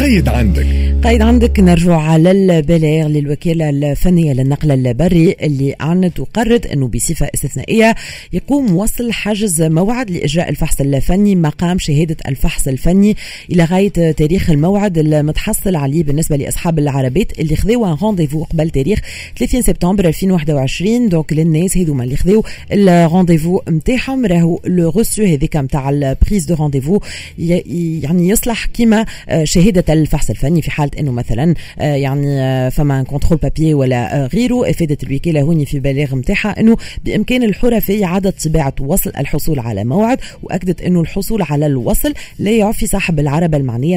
قيد عندك نرجع على البلاغ للوكالة الفنية للنقل البري اللي أعلنت وقررت أنه بصفة استثنائية يقوم وصل حجز موعد لإجراء الفحص الفني مقام شهادة الفحص الفني إلى غاية تاريخ الموعد المتحصل عليه بالنسبة لأصحاب العربات اللي خذوا رونديفو قبل تاريخ 30 سبتمبر 2021. دونك للناس هذوما اللي خذوا الرونديفو نتاعهم راهو لو غوسو هذيك نتاع البريز دو رونديفو يعني يصلح كيما شهادة الفحص الفني في حالة انه مثلا يعني فما كنترول بابي ولا غيره. افادت الوكالة هوني في بلاغ نتاعها انه بامكان الحرفي عدد طباعة وصل الحصول على موعد، واكدت انه الحصول على الوصل لا يعفي صاحب العربة المعنية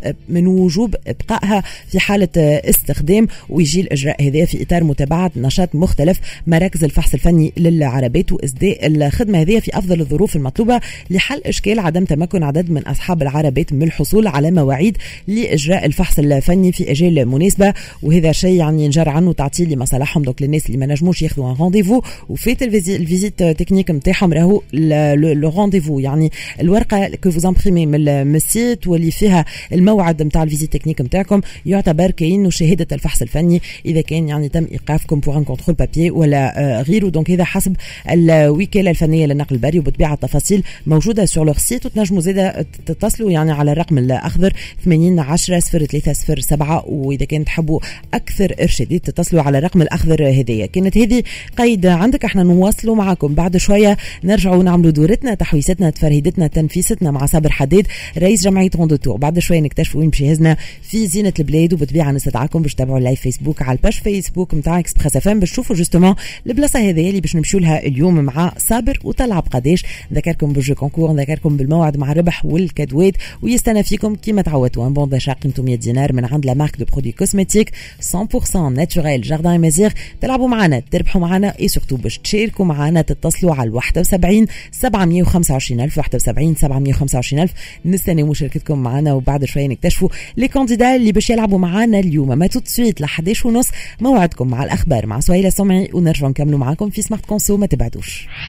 من وجوب ابقائها في حالة استخدام، ويجي الاجراء هذا في اطار متابعة نشاط مختلف مراكز الفحص الفني للعربات واسداء الخدمة هذه في افضل الظروف المطلوبة لحل اشكال عدم تمكن عدد من اصحاب العربات من الحصول على مواعيد لإجراء الفحص الفني في أجال مناسبة. وهذا شيء يعني ينجر عنه تعطيل لمصالحهم دوك للناس اللي ما نجموش ياخذوا رونديفو وفات الفيزيت تكنيك نتاعهم راهو لو رونديفو يعني الورقة كو فوز امبريمي من السيت واللي فيها الموعد نتاع الفيزيت تكنيك نتاعكم يعتبر كاين شهادة الفحص الفني إذا كان يعني تم إيقافكم بور ان كونترول بابي ولا غيره. دونك هذا حسب الوكالة الفنية للنقل البري، وبطبيعة التفاصيل موجودة سور لوغ سيت، وتنجموا زاده تتصلوا يعني على الرقم الأخضر 80 10 0307. وإذا كان تحبوا أكثر إرشادات تتصلوا على الرقم الأخضر هذية. كانت هذه قيد عندك، احنا نواصلوا معكم بعد شوية، نرجعوا نعملوا دورتنا تحويستنا تفرهيدتنا تنفيستنا مع صابر حداد رئيس جمعية روندوتور. بعد شوية نكتشفوا وين مشي هزنا في زينة البلاد، وبطبيعة نستدعاكم باش تتابعوا اللايف فيسبوك على الباج فيسبوك متاع اكسبريس اف ام باش تشوفوا جوستومون البلاصة هذه اللي باش نمشوا لها اليوم مع صابر وطلع بقداش. نذكركم بالجو كونكور، نذكركم بالموعد مع الربح والكادوات، ويستنى فيكم كيما تعودتوا ان بون داشا قيمته 100 دينار من عند لا مارك دو برودوي كوزميتيك 100% ناتشورال جاردان مازيغ. تلعبوا معنا تربحوا معنا اي سورتو باش تشاركوا معنا تتصلوا على 71 725 ألف 71 725 ألف. نستنى مشاركتكم معنا، وبعد شويه نكتشفوا لي كانديدا اللي باش يلعبوا معنا اليوم. ما توتسويت ل 11:30 موعدكم مع الاخبار مع سهيلة سمعي، ونرجع نكملوا معاكم في سمارت كونسو. ما تبعدوش.